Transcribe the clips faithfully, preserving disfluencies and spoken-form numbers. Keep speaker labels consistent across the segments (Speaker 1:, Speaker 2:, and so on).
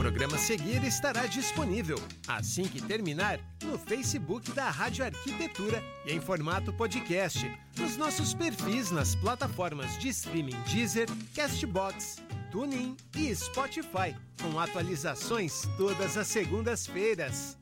Speaker 1: programa a seguir estará disponível, assim que terminar, no Facebook da Rádio Arquitetura e em formato podcast, nos nossos perfis nas plataformas de streaming Deezer, Castbox, TuneIn e Spotify, com atualizações todas as segundas-feiras.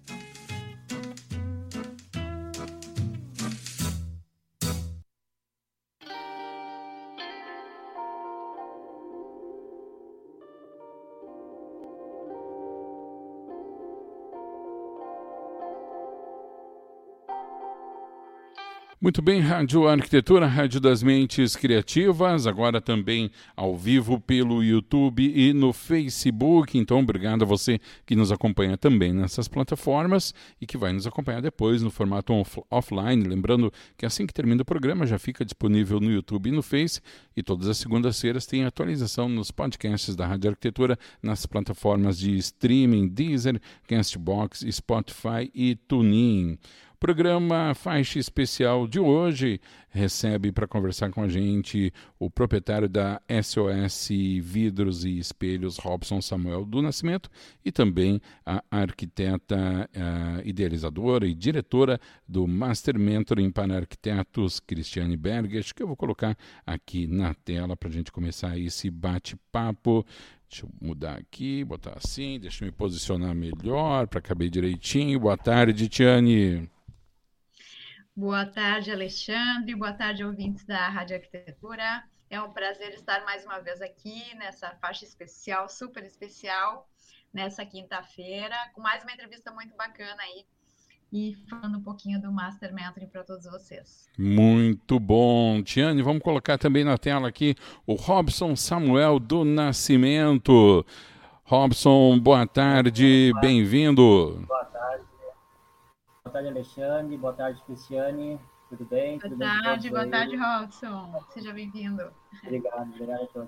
Speaker 2: Muito bem, Rádio Arquitetura, Rádio das Mentes Criativas, agora também ao vivo pelo YouTube e no Facebook. Então, obrigado a você que nos acompanha também nessas plataformas e que vai nos acompanhar depois no formato off- offline. Lembrando que assim que termina o programa já fica disponível no YouTube e no Face, e todas as segundas-feiras tem atualização nos podcasts da Rádio Arquitetura nas plataformas de streaming Deezer, Castbox, Spotify e TuneIn. Programa Faixa Especial de hoje recebe para conversar com a gente o proprietário da S O S Vidros e Espelhos, Robson Samuel do Nascimento, e também a arquiteta a idealizadora e diretora do Master Mentoring para Arquitetos, Cristiane Berges, que eu vou colocar aqui na tela para a gente começar esse bate-papo. Deixa eu mudar aqui, botar assim, deixa eu me posicionar melhor para caber direitinho. Boa tarde, Tiane.
Speaker 3: Boa tarde, Alexandre. Boa tarde, ouvintes da Rádio Arquitetura. É um prazer estar mais uma vez aqui nessa faixa especial, super especial, nessa quinta-feira, com mais uma entrevista muito bacana aí e falando um pouquinho do Master Mentoring para todos vocês.
Speaker 2: Muito bom. Tiane, vamos colocar também na tela aqui o Robson Samuel do Nascimento. Robson, boa tarde, bem-vindo.
Speaker 4: Boa tarde. Boa tarde, Alexandre. Boa tarde, Cristiane. Tudo bem?
Speaker 3: Boa
Speaker 4: Tudo
Speaker 3: tarde,
Speaker 4: bem
Speaker 3: boa tarde, Robson. Seja bem-vindo.
Speaker 4: Obrigado, obrigado a todos.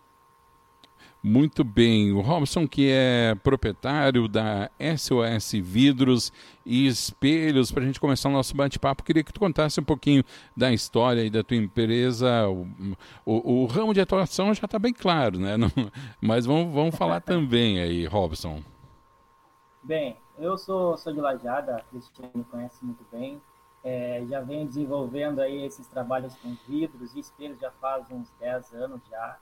Speaker 2: Muito bem. O Robson, que é proprietário da S O S Vidros e Espelhos, para a gente começar o nosso bate-papo, queria que tu contasse um pouquinho da história e da tua empresa. O, o, o ramo de atuação já está bem claro, né? Não, mas vamos, vamos falar também aí, Robson.
Speaker 4: Bem, eu sou, sou de Lajeada, a Cristiane me conhece muito bem. É, já venho desenvolvendo aí esses trabalhos com vidros e espelhos já faz uns dez anos já.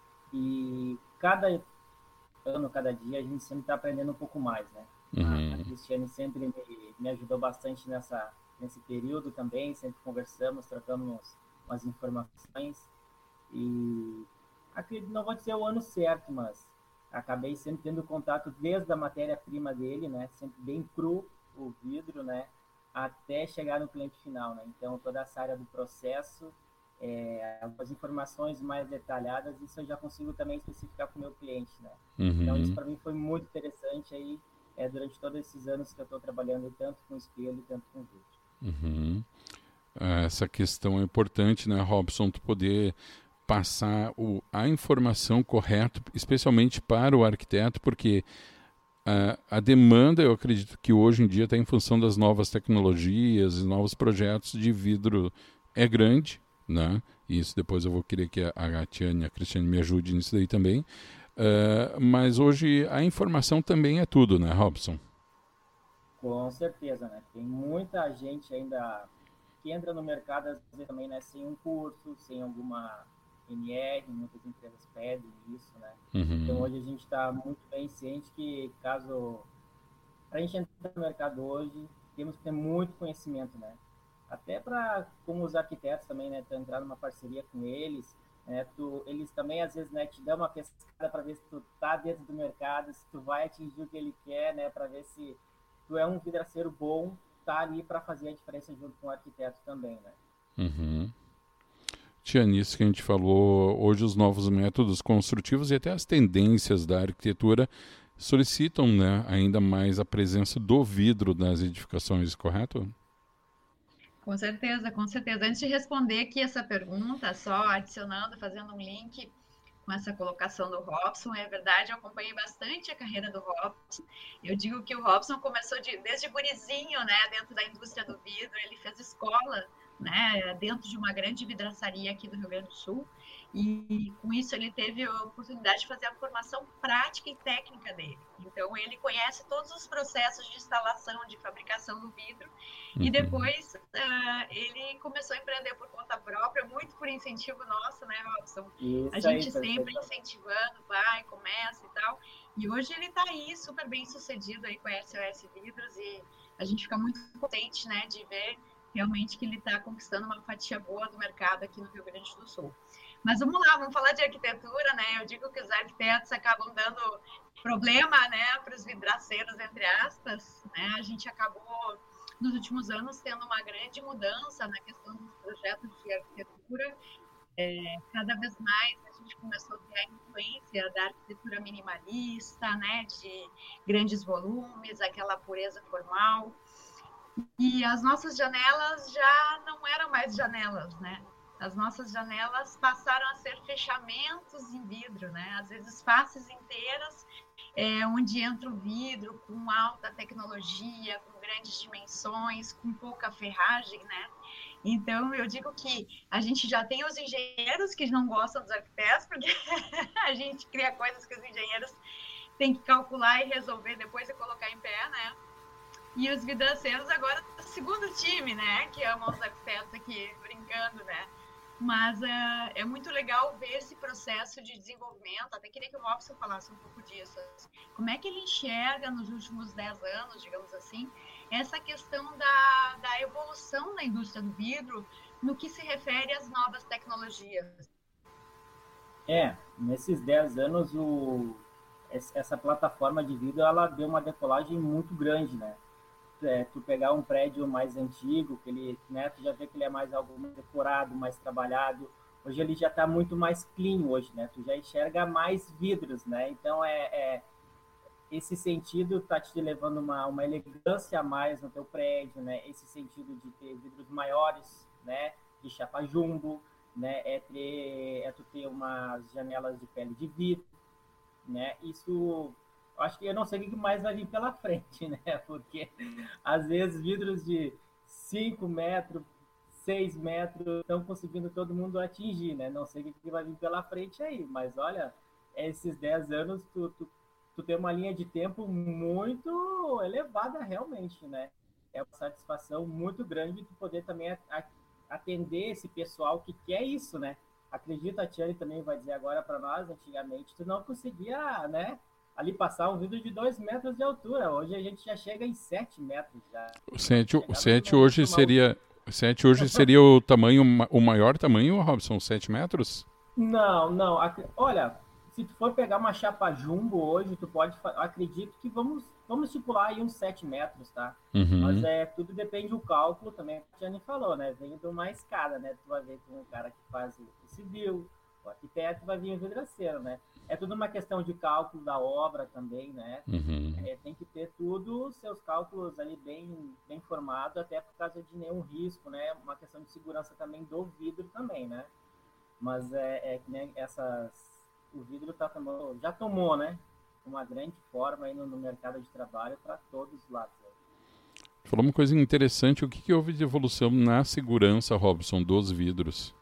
Speaker 4: E cada ano, cada dia, a gente sempre está aprendendo um pouco mais, né? Uhum. A Cristiane sempre me, me ajudou bastante nessa, nesse período também, sempre conversamos, trocamos umas informações. E acredito, não vou dizer o ano certo, mas acabei sempre tendo contato desde a matéria-prima dele, né? Sempre bem cru o vidro, né? Até chegar no cliente final, né? Então, toda essa área do processo, é, algumas informações mais detalhadas, isso eu já consigo também especificar com o meu cliente, né? Uhum. Então, isso para mim foi muito interessante aí, é, durante todos esses anos que eu estou trabalhando, tanto com espelho, tanto com vidro.
Speaker 2: Uhum. Essa questão é importante, né, Robson, tu poder passar o, a informação correta, especialmente para o arquiteto, porque a, a demanda, eu acredito que hoje em dia está em função das novas tecnologias e novos projetos de vidro é grande, né? E isso depois eu vou querer que a, a Tiane e a Cristiane me ajudem nisso daí também. Uh, mas hoje a informação também é tudo, né, Robson?
Speaker 4: Com certeza, né? Tem muita gente ainda que entra no mercado, às vezes também, né, sem um curso, sem alguma N R, muitas empresas pedem isso, né? Uhum. Então hoje a gente está muito bem ciente que caso para a gente entrar no mercado hoje, temos que ter muito conhecimento, né? Até para, como os arquitetos também, né, tu entrar numa parceria com eles, né, tu, eles também às vezes, né, te dão uma pescada para ver se tu tá dentro do mercado, se tu vai atingir o que ele quer, né, para ver se tu é um vidraceiro bom, tá ali para fazer a diferença junto com o arquiteto também, né?
Speaker 2: Uhum. Tinha nisso que a gente falou, hoje os novos métodos construtivos e até as tendências da arquitetura solicitam, né, ainda mais a presença do vidro nas edificações, correto?
Speaker 3: Com certeza, com certeza. Antes de responder aqui essa pergunta, só adicionando, fazendo um link com essa colocação do Robson, é verdade, eu acompanhei bastante a carreira do Robson. Eu digo que o Robson começou de, desde gurizinho, né, dentro da indústria do vidro, ele fez escola né, dentro de uma grande vidraçaria aqui do Rio Grande do Sul, e com isso ele teve a oportunidade de fazer a formação prática e técnica dele. Então ele conhece todos os processos de instalação, de fabricação do vidro, uhum. E depois uh, ele começou a empreender por conta própria, muito por incentivo nosso, né, Robson? Isso a gente aí, sempre incentivando, vai, começa e tal. E hoje ele está aí super bem sucedido aí com a S O S Vidros, e a gente fica muito contente, né, de ver realmente que ele está conquistando uma fatia boa do mercado aqui no Rio Grande do Sul. Mas vamos lá, vamos falar de arquitetura, né? Eu digo que os arquitetos acabam dando problema, né, para os vidraceiros, entre aspas, né? A gente acabou, nos últimos anos, tendo uma grande mudança na questão dos projetos de arquitetura. É, cada vez mais a gente começou a ter a influência da arquitetura minimalista, né, de grandes volumes, aquela pureza formal. E as nossas janelas já não eram mais janelas, né? As nossas janelas passaram a ser fechamentos em vidro, né? Às vezes faces inteiras, é, onde entra o vidro com alta tecnologia, com grandes dimensões, com pouca ferragem, né? Então, eu digo que a gente já tem os engenheiros que não gostam dos arquitetos, porque a gente cria coisas que os engenheiros têm que calcular e resolver depois e colocar em pé, né? E os vidraceiros agora, segundo time, né? Que amam os arquitetos aqui, brincando, né? Mas uh, é muito legal ver esse processo de desenvolvimento. Até queria que o Robson falasse um pouco disso. Como é que ele enxerga nos últimos dez anos, digamos assim, essa questão da, da evolução da indústria do vidro no que se refere às novas tecnologias?
Speaker 4: É, nesses dez anos, o, essa plataforma de vidro, ela deu uma decolagem muito grande, né? É, tu pegar um prédio mais antigo, que ele, né, tu já vê que ele é mais algo mais decorado, mais trabalhado. Hoje ele já está muito mais clean hoje, né? Tu já enxerga mais vidros, né? Então é, é esse sentido tá te levando uma uma elegância a mais no teu prédio, né? Esse sentido de ter vidros maiores, né? De chapa jumbo, né? É ter é tu ter umas janelas de pele de vidro, né? Isso acho que eu não sei o que mais vai vir pela frente, né? Porque às vezes vidros de cinco metros, seis metros estão conseguindo todo mundo atingir, né? Não sei o que vai vir pela frente aí, mas olha, esses dez anos tu, tu, tu tem uma linha de tempo muito elevada realmente, né? É uma satisfação muito grande tu poder também atender esse pessoal que quer isso, né? Acredito, a Tiane também vai dizer agora para nós, antigamente tu não conseguia, né? Ali passar um vidro de dois metros de altura. Hoje a gente já chega em sete metros já.
Speaker 2: O sete hoje seria sete hoje seria o tamanho, o maior tamanho, Robson, sete metros?
Speaker 4: Não, não. Olha, se tu for pegar uma chapa jumbo hoje, tu pode, acredito que vamos, vamos estipular aí uns sete metros, tá? Uhum. Mas é, tudo depende do cálculo também, que a Tiane falou, né? Vem de uma escada, né? Tu vai ver com o cara que faz o civil, o arquiteto, vai vir o vidraceiro, né? É tudo uma questão de cálculo da obra também, né? Uhum. É, tem que ter tudo, seus cálculos ali bem, bem formados, até por causa de nenhum risco, né? Uma questão de segurança também do vidro também, né? Mas é, é que nem essas... O vidro tá tomando, já tomou, né? Uma grande forma aí no, no mercado de trabalho para todos os lados. Né?
Speaker 2: Falou uma coisa interessante, o que, que houve de evolução na segurança, Robson, dos vidros?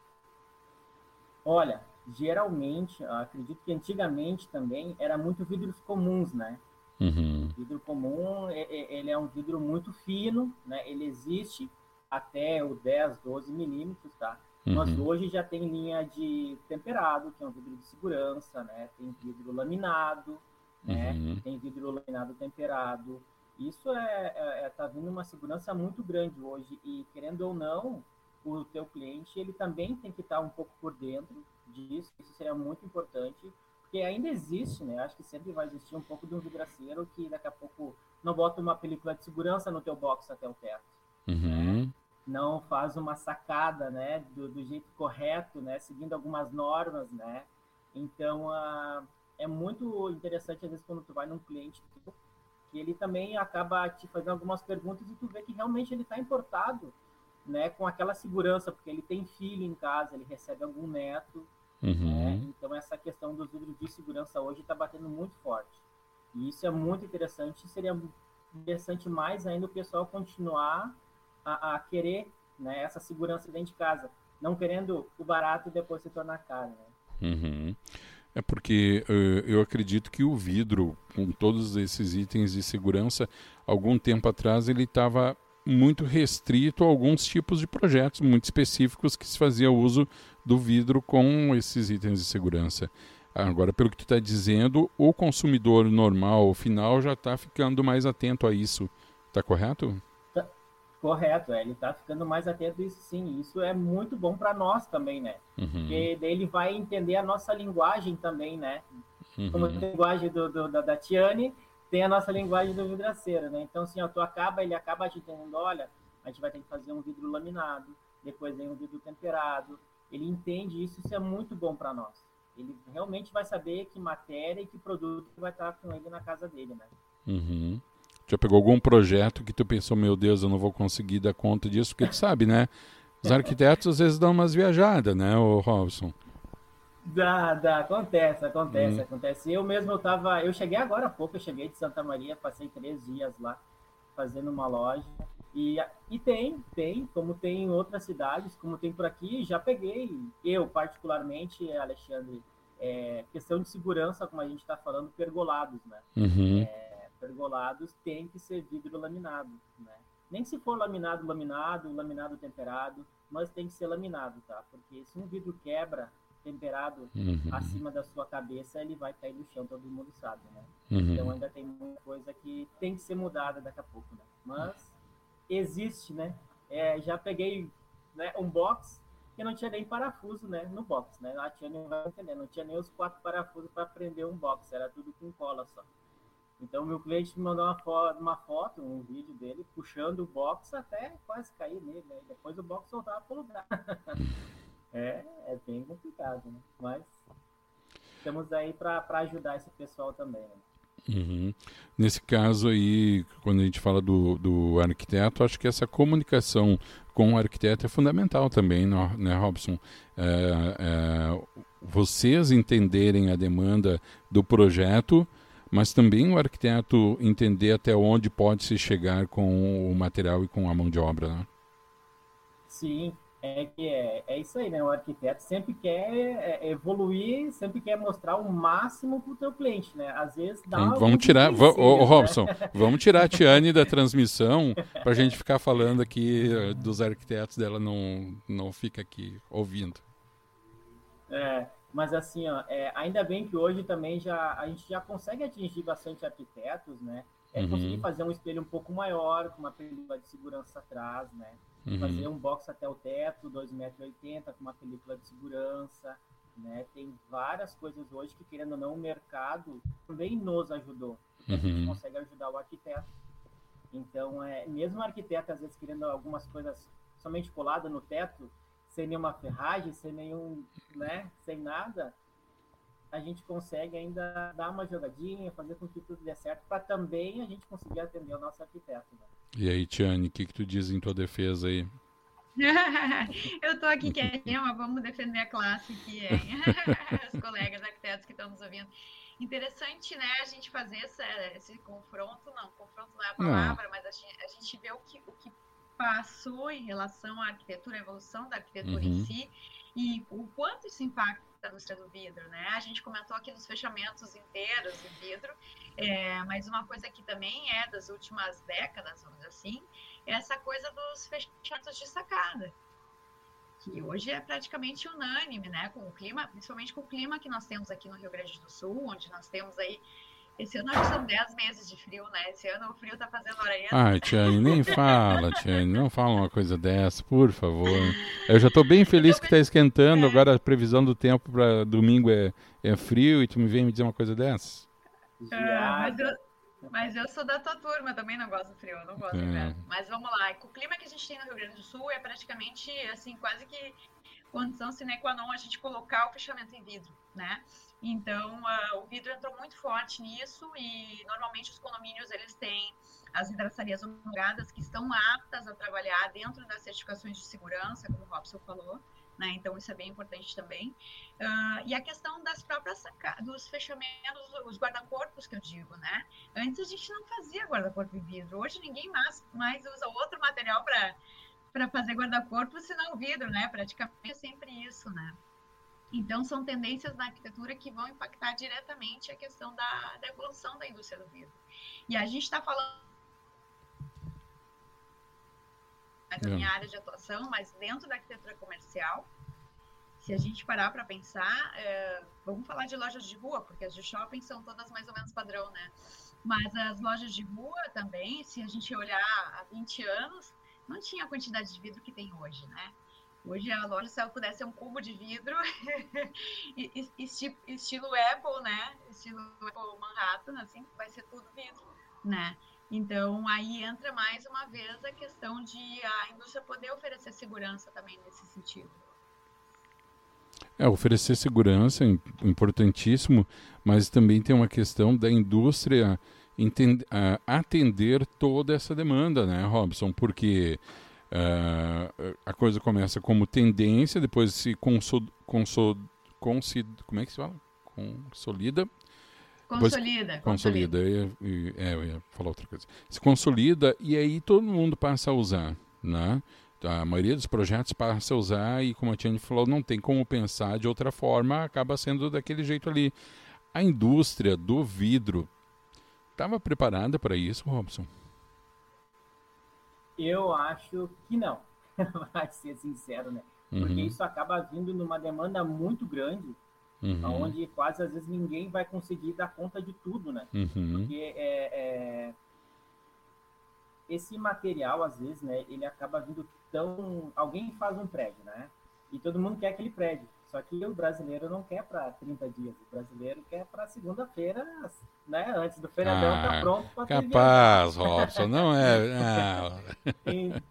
Speaker 4: Olha... Geralmente, acredito que antigamente também era muito vidros comuns, né? Uhum. O vidro comum, ele é um vidro muito fino, né? Ele existe até o dez, doze milímetros, tá? Uhum. Mas hoje já tem linha de temperado, que é um vidro de segurança, né? Tem vidro laminado, né? Uhum. Tem vidro laminado temperado. Isso é, é, é tá vindo uma segurança muito grande hoje e, querendo ou não, o teu cliente, ele também tem que estar um pouco por dentro disso, isso seria muito importante, porque ainda existe, né? Acho que sempre vai existir um pouco de um vidraceiro que daqui a pouco não bota uma película de segurança no teu box até o teto, uhum. né? Não faz uma sacada, né? Do, do jeito correto, né? Seguindo algumas normas, né? Então, uh, é muito interessante, às vezes, quando tu vai num cliente que ele também acaba te fazendo algumas perguntas e tu vê que realmente ele está importado, né, com aquela segurança, porque ele tem filho em casa, ele recebe algum neto, uhum. né? Então essa questão dos vidros de segurança hoje está batendo muito forte. E isso é muito interessante, seria interessante mais ainda o pessoal continuar a, a querer né, essa segurança dentro de casa, não querendo o barato e depois se tornar caro, né?
Speaker 2: Uhum. É porque uh, eu acredito que o vidro, com todos esses itens de segurança, algum tempo atrás ele estava muito restrito a alguns tipos de projetos muito específicos que se fazia uso do vidro com esses itens de segurança. Agora, pelo que tu está dizendo, o consumidor normal, o final, já está ficando mais atento a isso. Está correto?
Speaker 4: Tá, correto, é, ele está ficando mais atento a isso, sim. Isso é muito bom para nós também, né?
Speaker 2: Uhum.
Speaker 4: Porque daí ele vai entender a nossa linguagem também, né?
Speaker 2: Uhum.
Speaker 4: Como a linguagem do, do, da, da Tiane, tem a nossa linguagem do vidraceiro, né? Então, assim, ó, tu acaba, ele acaba te entendendo, olha, a gente vai ter que fazer um vidro laminado, depois vem um vidro temperado. Ele entende isso, isso é muito bom para nós. Ele realmente vai saber que matéria e que produto vai estar com ele na casa dele, né?
Speaker 2: Uhum. Já pegou algum projeto que tu pensou, meu Deus, eu não vou conseguir dar conta disso? Porque tu sabe, né? Os arquitetos às vezes dão umas viajadas, né, o Robson?
Speaker 4: Dá, dá, acontece, acontece,
Speaker 2: Hum.
Speaker 4: acontece. Eu mesmo, eu tava, eu cheguei agora há pouco, eu cheguei de Santa Maria, passei três dias lá, fazendo uma loja. E, e tem, tem, como tem em outras cidades, como tem por aqui, já peguei. Eu, particularmente, Alexandre, é, questão de segurança, como a gente está falando, pergolados, né?
Speaker 2: Uhum.
Speaker 4: É, pergolados tem que ser vidro laminado, né? Nem se for laminado, laminado, laminado temperado, mas tem que ser laminado, tá? Porque se um vidro quebra, temperado,
Speaker 2: Uhum.
Speaker 4: acima da sua cabeça, ele vai cair no chão, todo mundo sabe, né?
Speaker 2: Uhum.
Speaker 4: Então ainda tem muita coisa que tem que ser mudada daqui a pouco, né? Mas existe, né? É, já peguei, né, um box que não tinha nem parafuso, né, no box, né? A Tiane vai entender, não tinha nem os quatro parafusos para prender um box, era tudo com cola só. Então meu cliente me mandou uma foto, uma foto, um vídeo dele puxando o box até quase cair nele, né? Depois o box voltava para o lugar. é, é bem complicado, né? Mas estamos aí para ajudar esse pessoal também, né?
Speaker 2: Uhum. Nesse caso aí, quando a gente fala do, do arquiteto, acho que essa comunicação com o arquiteto é fundamental também, né, Robson? É, é, vocês entenderem a demanda do projeto, mas também o arquiteto entender até onde pode se chegar com o material e com a mão de obra, né?
Speaker 4: Sim. É que é, é isso aí, né? O arquiteto sempre quer evoluir, sempre quer mostrar o máximo para o teu cliente, né? Às vezes dá
Speaker 2: então, vamos tirar, ô, ô, Robson, né? Vamos tirar a Tiane da transmissão para a gente ficar falando aqui dos arquitetos dela, não, não fica aqui ouvindo.
Speaker 4: É, mas assim, ó, é, ainda bem que hoje também já, a gente já consegue atingir bastante arquitetos, né? É
Speaker 2: Uhum.
Speaker 4: conseguir fazer um espelho um pouco maior, com uma película de segurança atrás, né? Uhum. Fazer um box até o teto, dois metros e oitenta, com uma película de segurança, né? Tem várias coisas hoje que, querendo ou não, o mercado também nos ajudou. Uhum. A gente consegue ajudar o arquiteto. Então, é, mesmo o arquiteto, às vezes, querendo algumas coisas somente coladas no teto, sem nenhuma ferragem, sem nenhum, né? Sem nada, a gente consegue ainda dar uma jogadinha, fazer com que tudo dê certo, para também a gente conseguir atender o nosso arquiteto, né?
Speaker 2: E aí, Tiane, o que, que tu diz em tua defesa aí?
Speaker 3: Eu tô aqui quietinha, mas vamos defender a classe aqui, hein? Os colegas arquitetos que estão nos ouvindo. Interessante, né, a gente fazer essa, esse confronto, não, confronto não é a palavra, não. Mas a gente, a gente vê o que, o que passou em relação à arquitetura, a evolução da arquitetura uhum. em si, e o quanto isso impacta a indústria do vidro, né? A gente comentou aqui dos fechamentos inteiros de vidro, é, mas uma coisa que também é das últimas décadas, vamos dizer assim, é essa coisa dos fechamentos de sacada, que hoje é praticamente unânime, né? Com o clima, principalmente com o clima que nós temos aqui no Rio Grande do Sul, onde nós temos aí. Esse ano acho que são dez meses de frio, né? Esse ano o frio tá fazendo hora extra.
Speaker 2: Ai, Tiane, nem fala, Tiane, não fala uma coisa dessa, por favor. Eu já tô bem feliz então, que tá esquentando, é. Agora a previsão do tempo para domingo é, é frio e tu me vem me dizer uma coisa dessa?
Speaker 3: É, mas, eu, mas eu sou da tua turma, também não gosto do frio, eu não gosto do inverno. Mas vamos lá, com o clima que a gente tem no Rio Grande do Sul é praticamente, assim, quase que condição sine qua non a gente colocar o fechamento em vidro, né? Então, uh, o vidro entrou muito forte nisso e, normalmente, os condomínios, eles têm as vidraçarias homologadas que estão aptas a trabalhar dentro das certificações de segurança, como o Robson falou, né? Então, isso é bem importante também. Uh, e a questão das próprias sacadas, dos fechamentos, os guarda-corpos, que eu digo, né? Antes a gente não fazia guarda-corpo em vidro. Hoje ninguém mais, mais usa outro material para para fazer guarda-corpo, senão vidro, né? Praticamente é sempre isso, né? Então, são tendências na arquitetura que vão impactar diretamente a questão da, da evolução da indústria do vidro. E a gente está falando da minha área de atuação, mas dentro da arquitetura comercial, se a gente parar para pensar, é, vamos falar de lojas de rua, porque as de shopping são todas mais ou menos padrão, né? Mas as lojas de rua também, se a gente olhar há vinte anos, não tinha a quantidade de vidro que tem hoje, né? Hoje a loja, se ela pudesse ser um cubo de vidro, estilo Apple, né? Estilo Apple Manhattan, assim, vai ser tudo vidro, né? Então, aí entra mais uma vez a questão de a indústria poder oferecer segurança também nesse sentido.
Speaker 2: É, oferecer segurança é importantíssimo, mas também tem uma questão da indústria entender, uh, atender toda essa demanda, né, Robson? Porque uh, a coisa começa como tendência, depois se consol, consol, consid, como é que se fala? Consolida.
Speaker 3: Consolida.
Speaker 2: Depois, consolida. Eu ia, é, eu ia falar outra coisa. Se consolida e aí todo mundo passa a usar, né? A maioria dos projetos passa a usar e, como a Tiane falou, não tem como pensar de outra forma, acaba sendo daquele jeito ali. A indústria do vidro estava preparada para isso, Robson?
Speaker 4: Eu acho que não, para ser sincero, né? Porque
Speaker 2: uhum.
Speaker 4: isso acaba vindo numa demanda muito grande,
Speaker 2: uhum.
Speaker 4: onde quase às vezes ninguém vai conseguir dar conta de tudo, né?
Speaker 2: Uhum.
Speaker 4: Porque é, é... esse material, às vezes, né, ele acaba vindo tão... Alguém faz um prédio, né? E todo mundo quer aquele prédio. Só que o brasileiro não quer para trinta dias. O brasileiro quer para segunda-feira, né? Antes do feriadão, ah, tá pronto para ter
Speaker 2: capaz, Robson, não é...
Speaker 4: Não.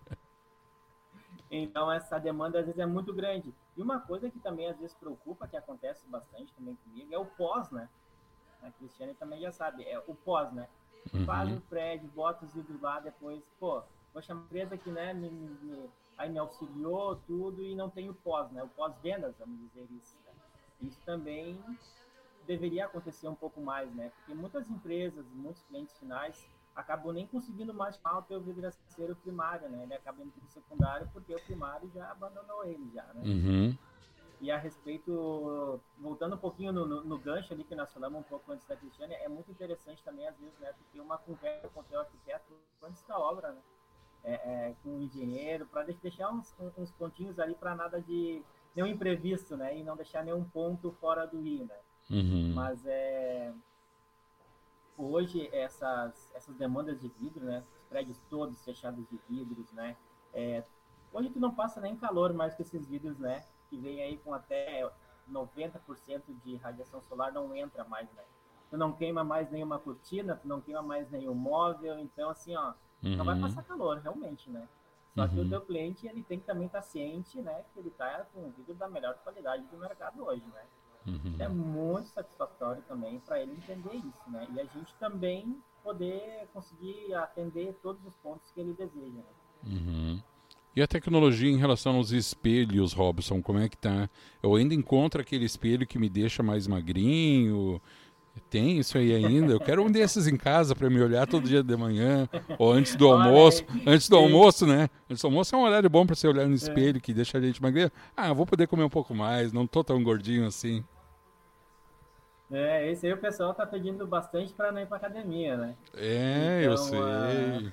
Speaker 4: Então, essa demanda, às vezes, é muito grande. E uma coisa que também, às vezes, preocupa, que acontece bastante também comigo, é o pós, né? A Cristiane também já sabe. É o pós, né?
Speaker 2: Uhum.
Speaker 4: Faz o prédio, bota os vidros lá, depois, pô, poxa, a empresa que, né, me, me, aí me auxiliou tudo e não tem o pós, né? O pós-vendas, vamos dizer isso. Né? Isso também deveria acontecer um pouco mais, né? Porque muitas empresas, muitos clientes finais acabam nem conseguindo mais chamar o teu vidraceiro primário, né? Ele acaba indo pro secundário porque o primário já abandonou ele já, né?
Speaker 2: Uhum.
Speaker 4: E a respeito, voltando um pouquinho no, no, no gancho ali que nós falamos um pouco antes da Cristiane, é muito interessante também, às vezes, né, ter uma conversa com o teu arquiteto antes da obra, né, é, é, com o engenheiro, para deixar uns, uns pontinhos ali para nada de nenhum imprevisto, né, e não deixar nenhum ponto fora do rio, né.
Speaker 2: Uhum.
Speaker 4: Mas é, hoje essas, essas demandas de vidro, né, os prédios todos fechados de vidros, né, é, hoje tu não passa nem calor mais com esses vidros, né, que vem aí com até noventa por cento de radiação solar, não entra mais, né? Tu não queima mais nenhuma cortina, tu não queima mais nenhum móvel, então assim, ó,
Speaker 2: uhum.
Speaker 4: não vai passar calor, realmente, né? Só
Speaker 2: uhum.
Speaker 4: que o teu cliente, ele tem que também estar ciente, né, que ele tá com um vidro da melhor qualidade do mercado hoje, né?
Speaker 2: Uhum.
Speaker 4: É muito satisfatório também para ele entender isso, né? E a gente também poder conseguir atender todos os pontos que ele deseja, né?
Speaker 2: Uhum. E a tecnologia em relação aos espelhos, Robson, como é que tá? Eu ainda encontro aquele espelho que me deixa mais magrinho. Tem isso aí ainda? Eu quero um desses em casa para me olhar todo dia de manhã ou antes do almoço. Antes do almoço, né? Antes do almoço é um horário bom para você olhar no espelho que deixa a gente magrinho. Ah, eu vou poder comer um pouco mais, não tô tão gordinho assim.
Speaker 4: É, esse aí o pessoal tá pedindo bastante para não ir para academia, né?
Speaker 2: É, então, eu sei. Uh...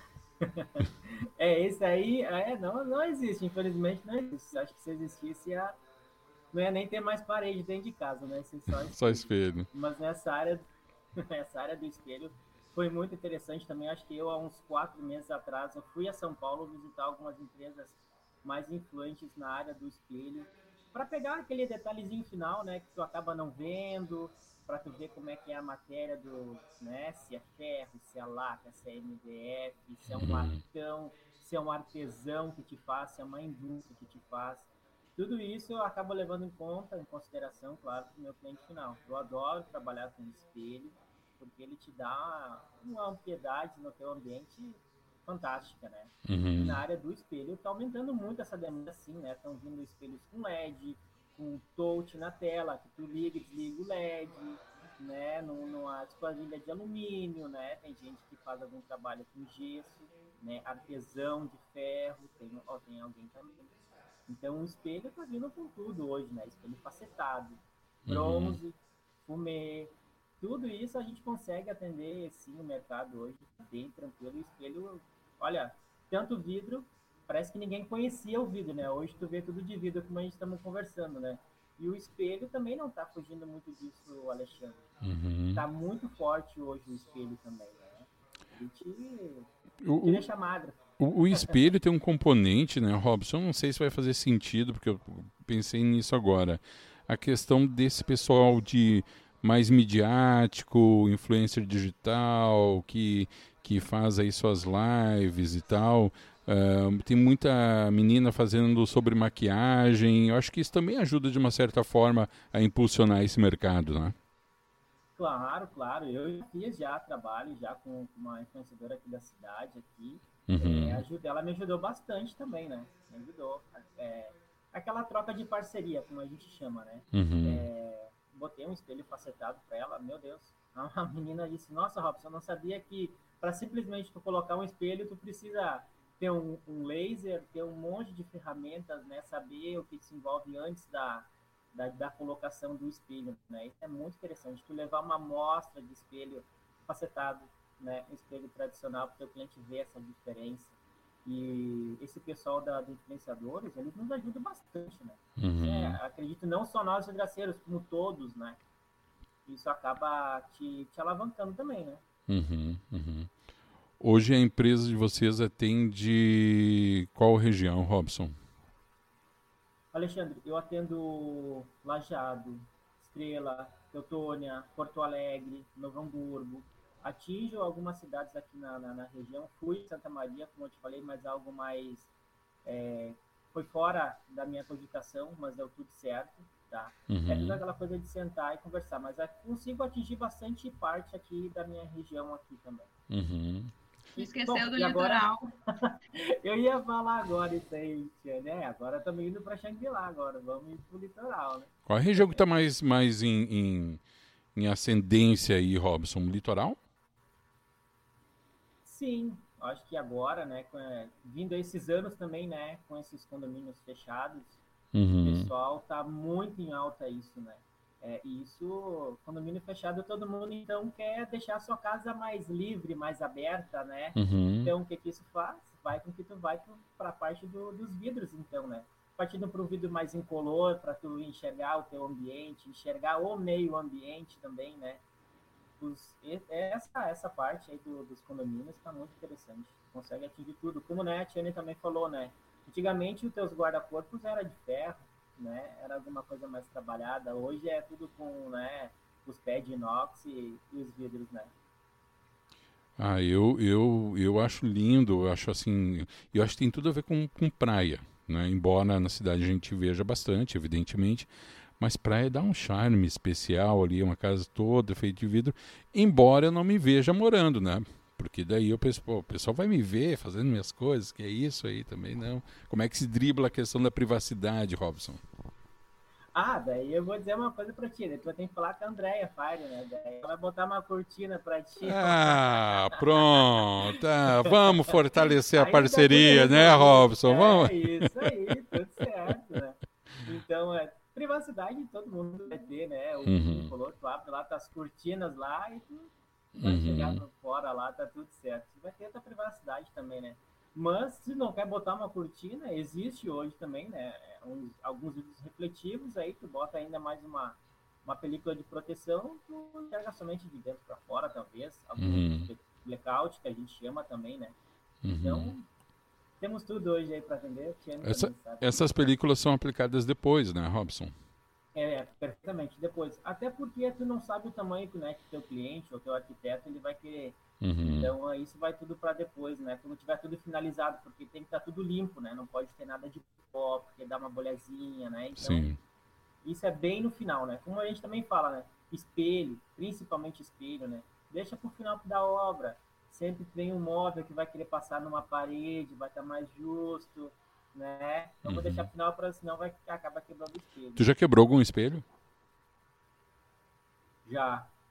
Speaker 4: É, esse aí é, não, não existe, infelizmente não existe. Acho que se existisse, ia, não ia nem ter mais parede dentro de casa, né? Só espelho.
Speaker 2: Só espelho.
Speaker 4: Mas nessa área, nessa área do espelho foi muito interessante também. Acho que eu, há uns quatro meses atrás, eu fui a São Paulo visitar algumas empresas mais influentes na área do espelho, para pegar aquele detalhezinho final, né? Que tu acaba não vendo, para tu ver como é que é a matéria do, né, se é ferro, se é laca, se é M D F, se é um
Speaker 2: uhum.
Speaker 4: artão, se é um artesão que te faz, se é uma indústria que te faz. Tudo isso eu acabo levando em conta, em consideração, claro, para o meu cliente final. Eu adoro trabalhar com espelho, porque ele te dá uma ampliedade no teu ambiente fantástica, né?
Speaker 2: Uhum.
Speaker 4: E na área do espelho está aumentando muito essa demanda, assim, né? Estão vindo espelhos com L E D, com touch na tela, que tu liga e desliga o L E D. né, numa esquadrilha de alumínio, né, tem gente que faz algum trabalho com gesso, né, artesão de ferro, tem, ó, tem alguém também. Então o espelho tá vindo com tudo hoje, né, espelho facetado, bronze, uhum. fumê, tudo isso a gente consegue atender, sim, o mercado hoje, bem tranquilo. O espelho, olha, tanto vidro, parece que ninguém conhecia o vidro, né? Hoje tu vê tudo de vidro, como a gente estamos conversando, né? E o espelho também não está fugindo muito disso, Alexandre. Está uhum. muito forte hoje o espelho também, né? Ele te,
Speaker 2: o,
Speaker 4: te deixa magro.
Speaker 2: O, o espelho tem um componente, né, Robson? Não sei se vai fazer sentido, porque eu pensei nisso agora. A questão desse pessoal de mais midiático, influencer digital, que, que faz aí suas lives e tal. Uh, tem muita menina fazendo sobre maquiagem. Eu acho que isso também ajuda de uma certa forma a impulsionar esse mercado, né?
Speaker 4: Claro, claro. Eu fiz já trabalho já com uma influenciadora aqui da cidade, aqui. Uhum. É, ajuda, ela me ajudou bastante também, né? Me ajudou. É, aquela troca de parceria, como a gente chama, né? Uhum. É, botei um espelho facetado para ela, meu Deus. A menina disse, nossa, Robson, eu não sabia que para simplesmente tu colocar um espelho, tu precisa ter um, um laser, ter um monte de ferramentas, né? Saber o que se envolve antes da, da, da colocação do espelho, né? Isso é muito interessante. Tu levar uma amostra de espelho facetado, né? Um espelho tradicional, para o teu cliente ver essa diferença. E esse pessoal da, dos influenciadores, eles nos ajudam bastante, né? Uhum. É, acredito, não só nós, vidraceiros, como todos, né? Isso acaba te, te alavancando também, né?
Speaker 2: Uhum, uhum. Hoje a empresa de vocês atende qual região, Robson?
Speaker 4: Alexandre, eu atendo Lajeado, Estrela, Teutônia, Porto Alegre, Novo Hamburgo. Atinjo algumas cidades aqui na, na, na região. Fui em Santa Maria, como eu te falei, mas algo mais... É, foi fora da minha cogitação, mas deu tudo certo, tá? Uhum. É tudo aquela coisa de sentar e conversar, mas eu consigo atingir bastante parte aqui da minha região aqui também.
Speaker 2: Uhum.
Speaker 3: Esqueceu Bom, do litoral.
Speaker 4: Agora... eu ia falar agora isso aí, tia, né? Agora estamos indo para Xangri-Lá agora, vamos ir pro litoral, né?
Speaker 2: Qual a região que está mais, mais em, em, em ascendência aí, Robson? Litoral?
Speaker 4: Sim, acho que agora, né, com, é, vindo esses anos também, né, com esses condomínios fechados, uhum. o pessoal tá muito em alta isso, né? É, e isso, condomínio fechado, todo mundo então quer deixar a sua casa mais livre, mais aberta, né? Uhum. Então, o que que isso faz? Vai com que tu vai para a parte do, dos vidros, então, né? Partindo para o vidro mais incolor, para tu enxergar o teu ambiente, enxergar o meio ambiente também, né? Os, essa, essa parte aí do, dos condomínios está muito interessante. Consegue atingir tudo. Como, né, a Tiane também falou, né? Antigamente os teus guarda-corpos era de ferro, né? Era alguma coisa mais trabalhada. Hoje é tudo com, né, os pés de inox e, e os vidros, né?
Speaker 2: Ah, eu, eu, eu acho lindo, eu acho assim, eu acho que tem tudo a ver com, com praia, né? Embora na cidade a gente veja bastante, evidentemente, mas praia dá um charme especial ali, uma casa toda feita de vidro, embora eu não me veja morando, né? Porque daí eu penso, pô, o pessoal vai me ver fazendo minhas coisas, que é isso aí também, não. Como é que se dribla a questão da privacidade, Robson?
Speaker 4: Ah, daí eu vou dizer uma coisa pra ti, daí tu vai ter que falar com a Andréia Fire, né? Daí ela vai botar uma cortina pra ti.
Speaker 2: Ah, pronto. Ah, vamos fortalecer a parceria, né, Robson?
Speaker 4: É,
Speaker 2: vamos.
Speaker 4: isso aí, tudo certo, né? Então, é, privacidade todo mundo vai ter, né? O uhum. color, tu abre lá, tá as cortinas lá e tu vai uhum. chegar por fora lá, tá tudo certo. Tu vai ter a tua privacidade também, né? Mas, se não quer botar uma cortina, existe hoje também, né? Uns, alguns vidros refletivos, aí tu bota ainda mais uma, uma película de proteção, tu enxerga somente de dentro para fora, talvez. Algum uhum. blackout, que a gente chama também, né? Uhum. Então, temos tudo hoje aí para atender.
Speaker 2: Essa, essas películas são aplicadas depois, né, Robson?
Speaker 4: É, perfeitamente, depois. Até porque tu não sabe o tamanho, né, que teu cliente ou teu arquiteto ele vai querer. Uhum. Então, isso vai tudo para depois, né? Quando tiver tudo finalizado, porque tem que estar tá tudo limpo, né? Não pode ter nada de pó, porque dá uma bolhazinha, né? Então, sim. Isso é bem no final, né? Como a gente também fala, né? Espelho, principalmente espelho, né? Deixa pro final da obra. Sempre tem um móvel que vai querer passar numa parede, vai estar tá mais justo, né? Então, uhum. vou deixar pro final, para senão vai acabar quebrando o espelho.
Speaker 2: Tu já quebrou algum espelho?
Speaker 4: Já.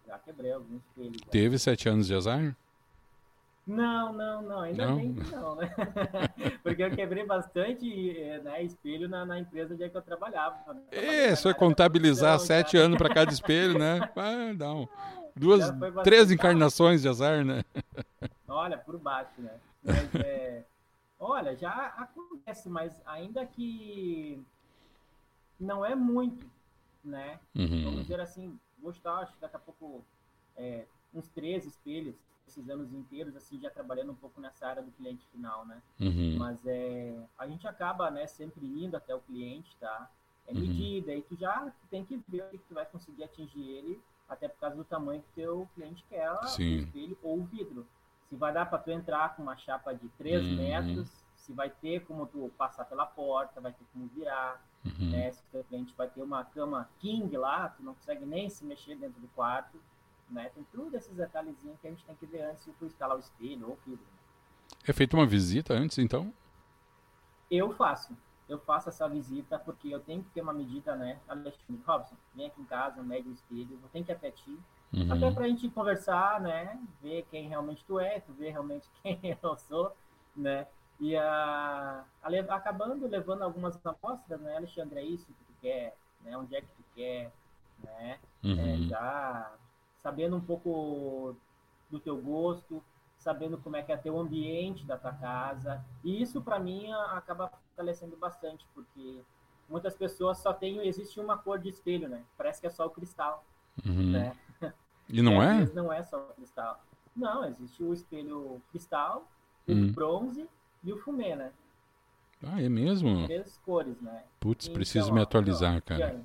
Speaker 4: Já quebrei alguns espelhos. Já.
Speaker 2: Teve sete anos de azar?
Speaker 4: Não, não, não, ainda
Speaker 2: Não?
Speaker 4: bem que não, né? Porque eu quebrei bastante, né, espelho na, na empresa onde é que eu trabalhava. Eu trabalhei
Speaker 2: É,
Speaker 4: na
Speaker 2: só é
Speaker 4: área da
Speaker 2: contabilizar
Speaker 4: produção,
Speaker 2: sete
Speaker 4: já.
Speaker 2: anos para cada espelho, né? Ah, dá um, duas,
Speaker 4: Já foi bastante.
Speaker 2: três encarnações de azar, né?
Speaker 4: Olha, por baixo, né? Mas é. Olha, já acontece, mas ainda que não é muito, né?
Speaker 2: Uhum.
Speaker 4: Vamos dizer assim, gostar, acho que daqui a pouco é, uns três espelhos, esses anos inteiros, assim, já trabalhando um pouco nessa área do cliente final, né?
Speaker 2: Uhum.
Speaker 4: Mas é, a gente acaba, né, sempre indo até o cliente, tá? É
Speaker 2: Uhum.
Speaker 4: medida, e tu já tem que ver o que tu vai conseguir atingir ele, até por causa do tamanho que teu cliente quer, o
Speaker 2: Sim.
Speaker 4: espelho ou o vidro. Se vai dar para tu entrar com uma chapa de três
Speaker 2: Uhum.
Speaker 4: metros, se vai ter como tu passar pela porta, vai ter como virar,
Speaker 2: Uhum.
Speaker 4: né? Se o teu cliente vai ter uma cama king lá, tu não consegue nem se mexer dentro do quarto, né? Tem tudo esses detalhezinhos que a gente tem que ver antes de tu instalar o espelho ou o vidro.
Speaker 2: É feita uma visita antes, então?
Speaker 4: Eu faço. Eu faço essa visita porque eu tenho que ter uma medida, né? Alexandre Robson, vem aqui em casa, mede o espelho, eu tenho que ir até ti.
Speaker 2: Uhum.
Speaker 4: Até pra gente conversar, né? Ver quem realmente tu é, tu ver realmente quem eu sou, né? E a, a, acabando levando algumas amostras, né? Alexandre, é isso que tu quer, né? Onde é que tu quer, né?
Speaker 2: Uhum.
Speaker 4: É, já sabendo um pouco do teu gosto, sabendo como é que é teu ambiente da tua casa. E isso, para mim, acaba fortalecendo bastante, porque muitas pessoas só tem, existe uma cor de espelho, né? Parece que é só o cristal,
Speaker 2: Uhum.
Speaker 4: né?
Speaker 2: E não
Speaker 4: e, às
Speaker 2: é?
Speaker 4: vezes não é só o cristal. Não, existe o espelho cristal, o
Speaker 2: Hum.
Speaker 4: bronze e o fumê, né?
Speaker 2: Ah, é mesmo?
Speaker 4: Três cores, né?
Speaker 2: Putz,
Speaker 4: Então,
Speaker 2: preciso me
Speaker 4: ó,
Speaker 2: atualizar,
Speaker 4: ó,
Speaker 2: cara.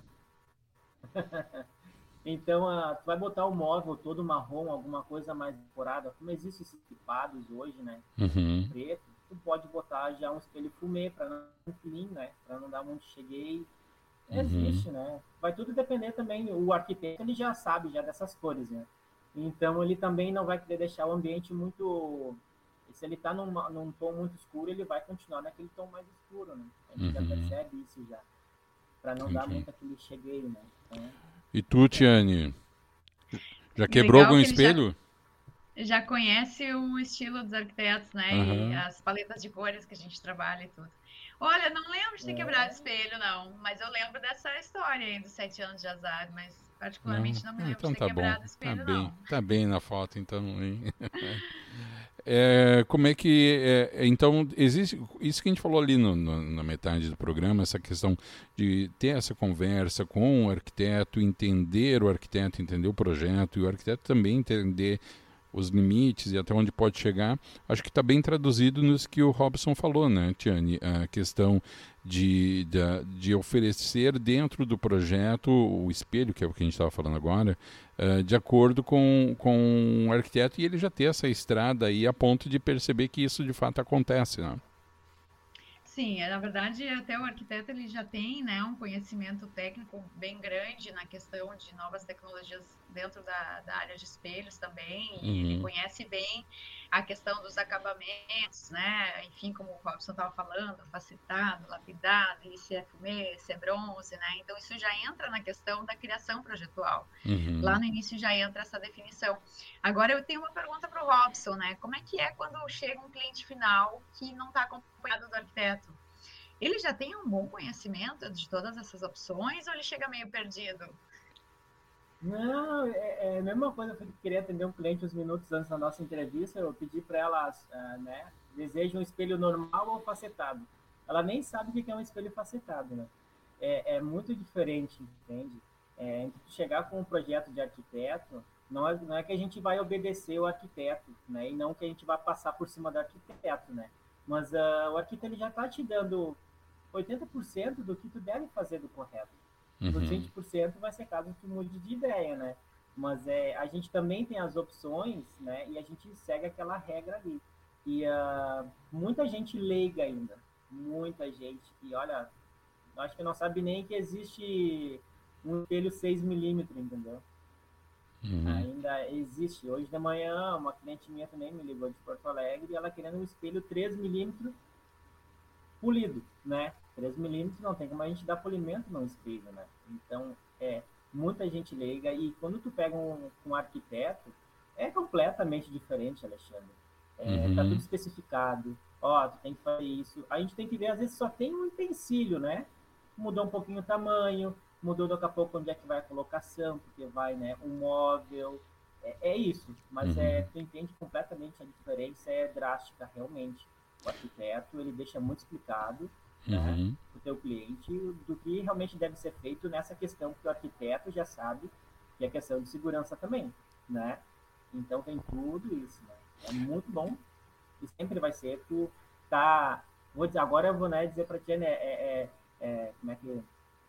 Speaker 4: Então, uh, tu vai botar o móvel todo marrom, alguma coisa mais decorada, como existem esses equipados hoje, né?
Speaker 2: Uhum.
Speaker 4: Preto, tu pode botar já um espelho fumê para não clean, né? Para não dar muito cheguei.
Speaker 2: Uhum.
Speaker 4: Existe, né? Vai tudo depender também, o arquiteto ele já sabe já dessas cores, né? Então ele também não vai querer deixar o ambiente muito... Se ele tá num, num tom muito escuro, ele vai continuar naquele tom mais escuro, né? A gente
Speaker 2: Uhum.
Speaker 4: já percebe isso já. Para não
Speaker 2: Entendi.
Speaker 4: dar muito aquele cheguei, né? Então,
Speaker 2: e tu, Tiane? Já
Speaker 3: E
Speaker 2: quebrou
Speaker 3: legal
Speaker 2: algum
Speaker 3: que ele
Speaker 2: espelho?
Speaker 3: Já, já conhece o estilo dos arquitetos, né?
Speaker 2: Uhum.
Speaker 3: E as paletas de cores que a gente trabalha e tudo. Olha, não lembro de ter
Speaker 4: É.
Speaker 3: quebrado espelho, não. Mas eu lembro dessa história aí dos sete anos de azar. Mas particularmente não,
Speaker 2: Não.
Speaker 3: me
Speaker 2: Ah,
Speaker 3: lembro
Speaker 2: então
Speaker 3: de ter
Speaker 2: tá bom.
Speaker 3: quebrado
Speaker 2: Tá
Speaker 3: espelho,
Speaker 2: bem,
Speaker 3: não.
Speaker 2: tá bem na foto, então. Hein? É, como é que é, então existe isso que a gente falou ali no, no, na metade do programa, essa questão de ter essa conversa com o arquiteto, entender o arquiteto, entender o projeto e o arquiteto também entender os limites e até onde pode chegar. Acho que está bem traduzido nisso que o Robson falou, né, Tiane? A questão de, de, de oferecer dentro do projeto o espelho, que é o que a gente estava falando agora, uh, de acordo com, com o arquiteto, e ele já ter essa estrada aí a ponto de perceber que isso de fato acontece, né?
Speaker 3: Sim, na verdade, até o arquiteto ele já tem, né, um conhecimento técnico bem grande na questão de novas tecnologias dentro da, da área de espelhos também, e
Speaker 2: Uhum.
Speaker 3: ele conhece bem a questão dos acabamentos, né, enfim, como o Robson estava falando, facetado, lapidado, e se é fumê, se é bronze, né, então isso já entra na questão da criação projetual.
Speaker 2: Uhum.
Speaker 3: Lá no início já entra essa definição. Agora eu tenho uma pergunta para o Robson, né, como é que é quando chega um cliente final que não está acompanhado do arquiteto? Ele já tem um bom conhecimento de todas essas opções ou ele chega meio perdido?
Speaker 4: Não, é, é a mesma coisa. Eu queria atender um cliente uns minutos antes da nossa entrevista. Eu pedi para ela, uh, né, deseja um espelho normal ou facetado. Ela nem sabe o que é um espelho facetado, né? É, é muito diferente, entende? É, entre chegar com um projeto de arquiteto, não é, não é que a gente vai obedecer o arquiteto, né? E não que a gente vai passar por cima do arquiteto, né? Mas uh, o arquiteto ele já está te dando oitenta por cento do que tu deve fazer do correto. Os
Speaker 2: Uhum.
Speaker 4: vinte por cento vai ser caso tu mude de ideia, né? Mas é, a gente também tem as opções, né? E a gente segue aquela regra ali. E uh, muita gente leiga ainda. Muita gente. E olha, acho que não sabe nem que existe um espelho seis milímetros, entendeu?
Speaker 2: Uhum.
Speaker 4: Ainda existe. Hoje de manhã, uma cliente minha também me ligou de Porto Alegre e ela querendo um espelho três milímetros polido, né? três milímetros não tem como a gente dar polimento no espelho, né? Então, é, muita gente leiga, e quando tu pega um, um arquiteto, é completamente diferente, Alexandre. É,
Speaker 2: Uhum.
Speaker 4: Tá tudo especificado. Ó, tu tem que fazer isso. A gente tem que ver, às vezes só tem um utensílio, né? Mudou um pouquinho o tamanho, mudou daqui a pouco onde é que vai a colocação, porque vai, né, um móvel. É, é isso, mas
Speaker 2: Uhum.
Speaker 4: é, tu entende completamente a diferença, é drástica, realmente. O arquiteto, ele deixa muito explicado, né,
Speaker 2: Uhum.
Speaker 4: para o teu cliente do que realmente deve ser feito nessa questão, porque o arquiteto já sabe que é questão de segurança também, né? Então tem tudo isso, né? É muito bom e sempre vai ser. Tu tá, vou dizer, agora eu vou, né, dizer para ti, né, é, é, é, como é que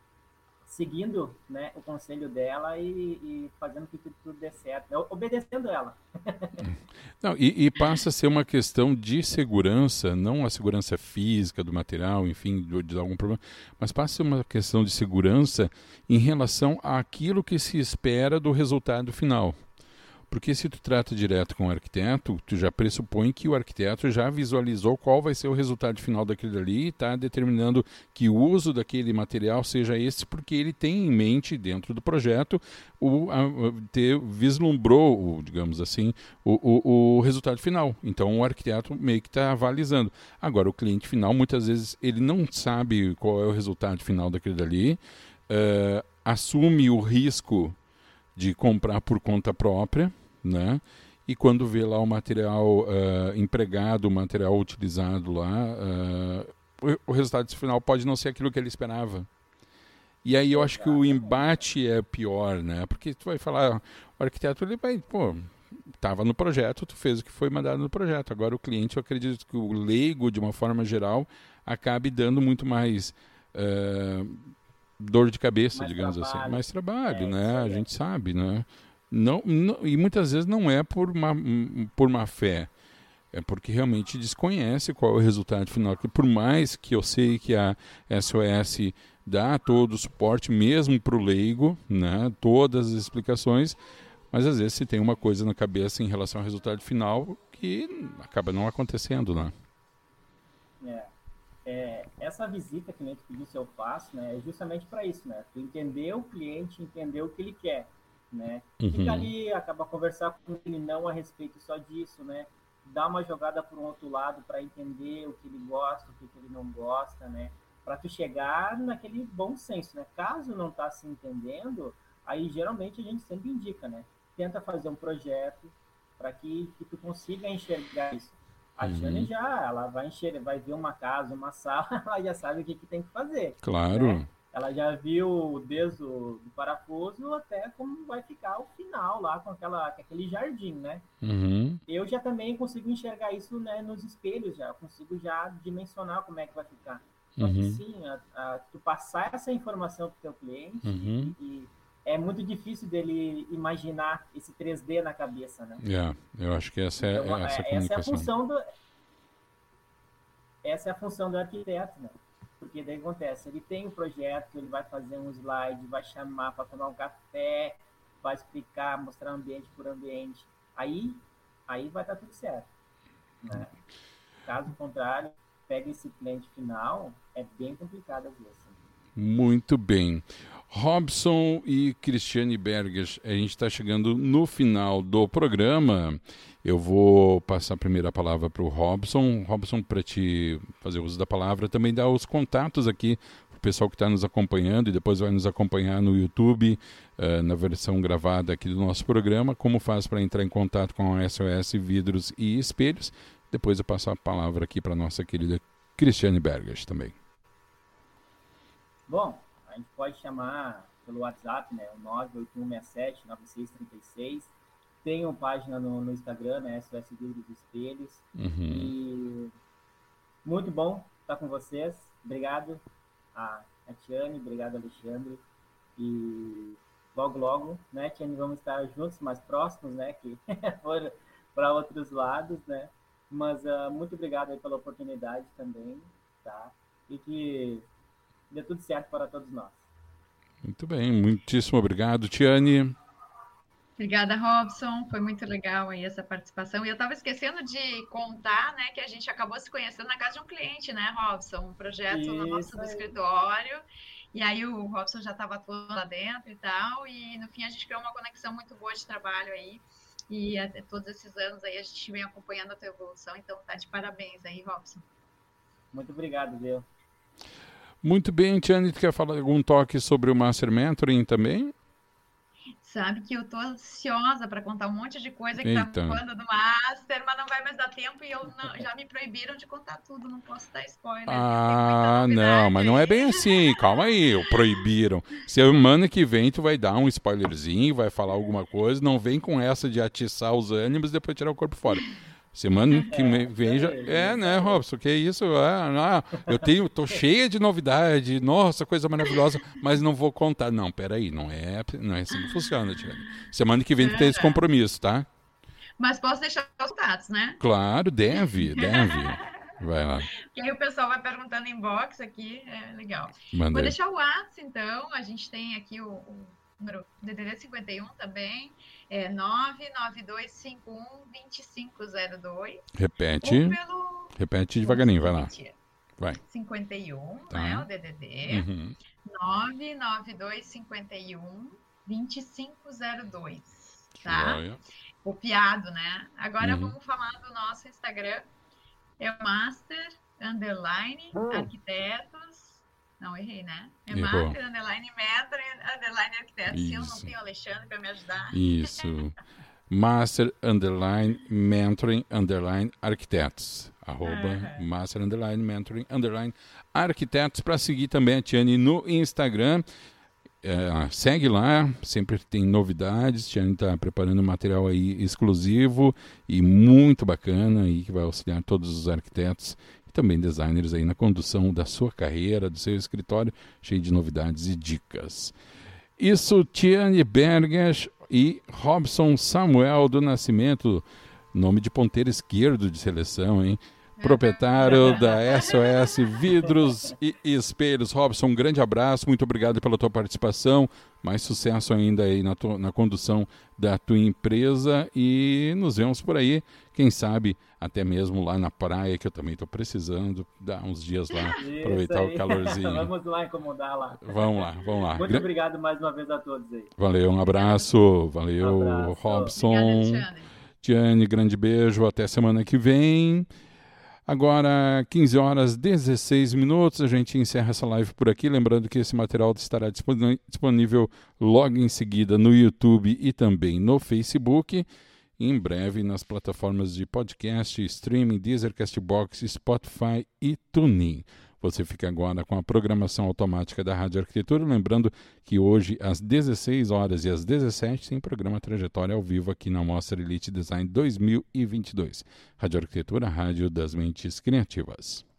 Speaker 4: seguindo, né, o conselho dela e, e fazendo que tudo, tudo dê certo, né? Obedecendo ela.
Speaker 2: Não, e, e passa a ser uma questão de segurança, não a segurança física do material, enfim, de, de algum problema, mas passa a ser uma questão de segurança em relação àquilo que se espera do resultado final. Porque se tu trata direto com o arquiteto, tu já pressupõe que o arquiteto já visualizou qual vai ser o resultado final daquilo ali e está determinando que o uso daquele material seja esse, porque ele tem em mente, dentro do projeto, o, a, ter, vislumbrou, o, digamos assim, o, o, o resultado final. Então o arquiteto meio que está avalizando. Agora, o cliente final, muitas vezes, ele não sabe qual é o resultado final daquilo dali, uh, assume o risco de comprar por conta própria, né? E quando vê lá o material uh, empregado, o material utilizado lá, uh, o, o resultado final pode não ser aquilo que ele esperava. E aí eu acho que o embate é pior, né? Porque tu vai falar, o arquiteto ele vai, pô, estava no projeto, tu fez o que foi mandado no projeto. Agora o cliente, eu acredito que o leigo, de uma forma geral, acabe dando muito mais uh, dor de cabeça,
Speaker 4: Mais
Speaker 2: digamos
Speaker 4: trabalho.
Speaker 2: assim. Mais trabalho,
Speaker 4: É,
Speaker 2: né?
Speaker 4: isso aí
Speaker 2: A
Speaker 4: é.
Speaker 2: gente sabe, né? Não, não, e muitas vezes não é por má, por má fé, é porque realmente desconhece qual é o resultado final. Que por mais que eu sei que a S O S dá todo o suporte, mesmo para o leigo, né? Todas as explicações, mas às vezes se tem uma coisa na cabeça em relação ao resultado final que acaba não acontecendo, né?
Speaker 4: É. É, essa visita que nem tu pediu se eu faço, né, é justamente para isso, né? Tu entender o cliente, entender o que ele quer, né?
Speaker 2: Uhum.
Speaker 4: Fica ali, acaba conversar com ele não a respeito só disso, né? Dá uma jogada para um outro lado para entender o que ele gosta, o que ele não gosta, né? Para tu chegar naquele bom senso, né? Caso não tá se entendendo, aí geralmente a gente sempre indica, né? Tenta fazer um projeto para que, que tu consiga enxergar isso. A
Speaker 2: Uhum.
Speaker 4: Jane já, ela vai encher, vai ver uma casa, uma sala, ela já sabe o que, que tem que fazer.
Speaker 2: Claro.
Speaker 4: Né? Ela já viu desde o do parafuso até como vai ficar o final lá com, aquela, com aquele jardim, né?
Speaker 2: Uhum.
Speaker 4: Eu já também consigo enxergar isso, né, nos espelhos, já consigo já dimensionar como é que vai ficar. Só
Speaker 2: Uhum.
Speaker 4: que sim, a, a, tu passar essa informação para o teu cliente
Speaker 2: Uhum.
Speaker 4: e, e é muito difícil dele imaginar esse três D na cabeça, né?
Speaker 2: Yeah, eu acho que essa é,
Speaker 4: Então,
Speaker 2: é essa
Speaker 4: essa
Speaker 2: comunicação.
Speaker 4: é a função do, essa é a função do arquiteto, né? Porque daí acontece, ele tem um projeto, ele vai fazer um slide, vai chamar para tomar um café, vai explicar, mostrar ambiente por ambiente. Aí, aí vai estar tudo certo, né? Caso contrário, pega esse cliente final, é bem complicado às vezes.
Speaker 2: Muito bem. Robson e Cristiane Berges, a gente está chegando no final do programa. Eu vou passar a primeira palavra para o Robson. Robson, para te fazer uso da palavra, também dá os contatos aqui para o pessoal que está nos acompanhando e depois vai nos acompanhar no YouTube, uh, na versão gravada aqui do nosso programa. Como faz para entrar em contato com a S O S Vidros e Espelhos? Depois eu passo a palavra aqui para a nossa querida Cristiane Berges também.
Speaker 4: Bom, a gente pode chamar pelo WhatsApp, né, o nove oito um seis sete nove seis três seis. Tem uma página no, no Instagram, né, S O S Vidros e Espelhos.
Speaker 2: Uhum.
Speaker 4: E muito bom estar com vocês. Obrigado a, a Tiane, obrigado Alexandre. E logo, logo, né, Tiane, vamos estar juntos, mais próximos, né, que for para outros lados, né. Mas uh, muito obrigado aí pela oportunidade também, tá? E que dê tudo certo para todos nós.
Speaker 2: Muito bem, muitíssimo obrigado, Tiane.
Speaker 3: Obrigada, Robson. Foi muito legal aí essa participação. E eu estava esquecendo de contar, né, que a gente acabou se conhecendo na casa de um cliente, né, Robson? Um projeto
Speaker 4: Isso
Speaker 3: nosso do
Speaker 4: aí.
Speaker 3: escritório. E aí o Robson já estava atuando lá dentro e tal, e no fim a gente criou uma conexão muito boa de trabalho aí, e até todos esses anos aí a gente vem acompanhando a tua evolução, então tá de parabéns aí, Robson.
Speaker 4: Muito obrigado, viu?
Speaker 2: Muito bem, Tiane, tu quer falar algum toque sobre o Master Mentoring também?
Speaker 3: Sabe que eu tô ansiosa para contar um monte de coisa que
Speaker 2: Eita.
Speaker 3: tá falando do Master, mas não vai mais dar tempo e eu não, já me proibiram de contar tudo, não posso dar spoiler.
Speaker 2: Ah, não, mas não é bem assim, calma aí, o proibiram. Semana que vem tu vai dar um spoilerzinho, vai falar alguma coisa, não vem com essa de atiçar os ânimos e depois tirar o corpo fora. Semana que
Speaker 4: É,
Speaker 2: vem já...
Speaker 4: é,
Speaker 2: É, né, Robson? Que isso? Ah, não, eu tenho, tô cheia de novidade, nossa, coisa maravilhosa, mas não vou contar. Não, peraí, não é, não é assim que funciona, Tiane. Semana que vem tu tem esse compromisso, tá?
Speaker 3: Mas posso deixar os contatos, né?
Speaker 2: Claro, deve, deve. Vai lá.
Speaker 3: Que aí o pessoal vai perguntando em box aqui, é legal.
Speaker 2: Manda
Speaker 3: Vou
Speaker 2: aí.
Speaker 3: deixar o WhatsApp, então, a gente tem aqui o, o número D D D cinquenta e um também, é nove nove dois cinco um, dois cinco zero dois.
Speaker 2: Repete,
Speaker 3: Ou pelo...
Speaker 2: repete devagarinho, vai lá. Vai.
Speaker 3: cinquenta e um,
Speaker 2: Tá.
Speaker 3: né, o D D D.
Speaker 2: Uhum.
Speaker 3: nove nove dois cinco um, dois cinco zero dois, tá?
Speaker 2: Joia.
Speaker 3: Copiado, né? Agora
Speaker 2: Uhum.
Speaker 3: vamos falar do nosso Instagram. É o Master Underline Arquitetos. Não, errei, né? É
Speaker 2: Errou.
Speaker 3: Master Underline Mentoring Underline Arquitetos. Se eu não
Speaker 2: Isso.
Speaker 3: tenho o Alexandre para me ajudar.
Speaker 2: Isso. Master Underline Mentoring Underline Arquitetos. Arroba
Speaker 3: Uhum.
Speaker 2: Master Underline Mentoring Underline Arquitetos. Para seguir também a Tiane no Instagram. É, segue lá, sempre tem novidades. Tiane está preparando material aí exclusivo e muito bacana aí, que vai auxiliar todos os arquitetos e também designers aí na condução da sua carreira, do seu escritório, cheio de novidades e dicas. Isso, Tiane Berges e Robson Samuel do Nascimento, nome de ponteiro esquerdo de seleção, hein? Proprietário da S O S Vidros e Espelhos. Robson, um grande abraço, muito obrigado pela tua participação, mais sucesso ainda aí na, tua, na condução da tua empresa e nos vemos por aí, quem sabe até mesmo lá na praia, que eu também estou precisando, dar uns dias lá,
Speaker 4: Isso
Speaker 2: aproveitar
Speaker 4: aí.
Speaker 2: o calorzinho.
Speaker 4: Vamos lá incomodar lá.
Speaker 2: Vamos lá, vamos lá.
Speaker 4: Muito obrigado mais uma vez a todos aí.
Speaker 2: Valeu, um abraço, valeu,
Speaker 4: Um abraço.
Speaker 2: Robson.
Speaker 3: Obrigada, Alexandre.
Speaker 2: Tiane, grande beijo, até semana que vem. Agora, quinze horas e dezesseis minutos, a gente encerra essa live por aqui. Lembrando que esse material estará disponível logo em seguida no YouTube e também no Facebook. E em breve nas plataformas de podcast, streaming, Deezer, Castbox, Spotify e TuneIn. Você fica agora com a programação automática da Rádio Arquitetura. Lembrando que hoje, às dezesseis horas e às dezessete, tem programa Trajetória ao vivo aqui na Mostra Elite Design dois mil e vinte e dois. Rádio Arquitetura, a rádio das mentes criativas.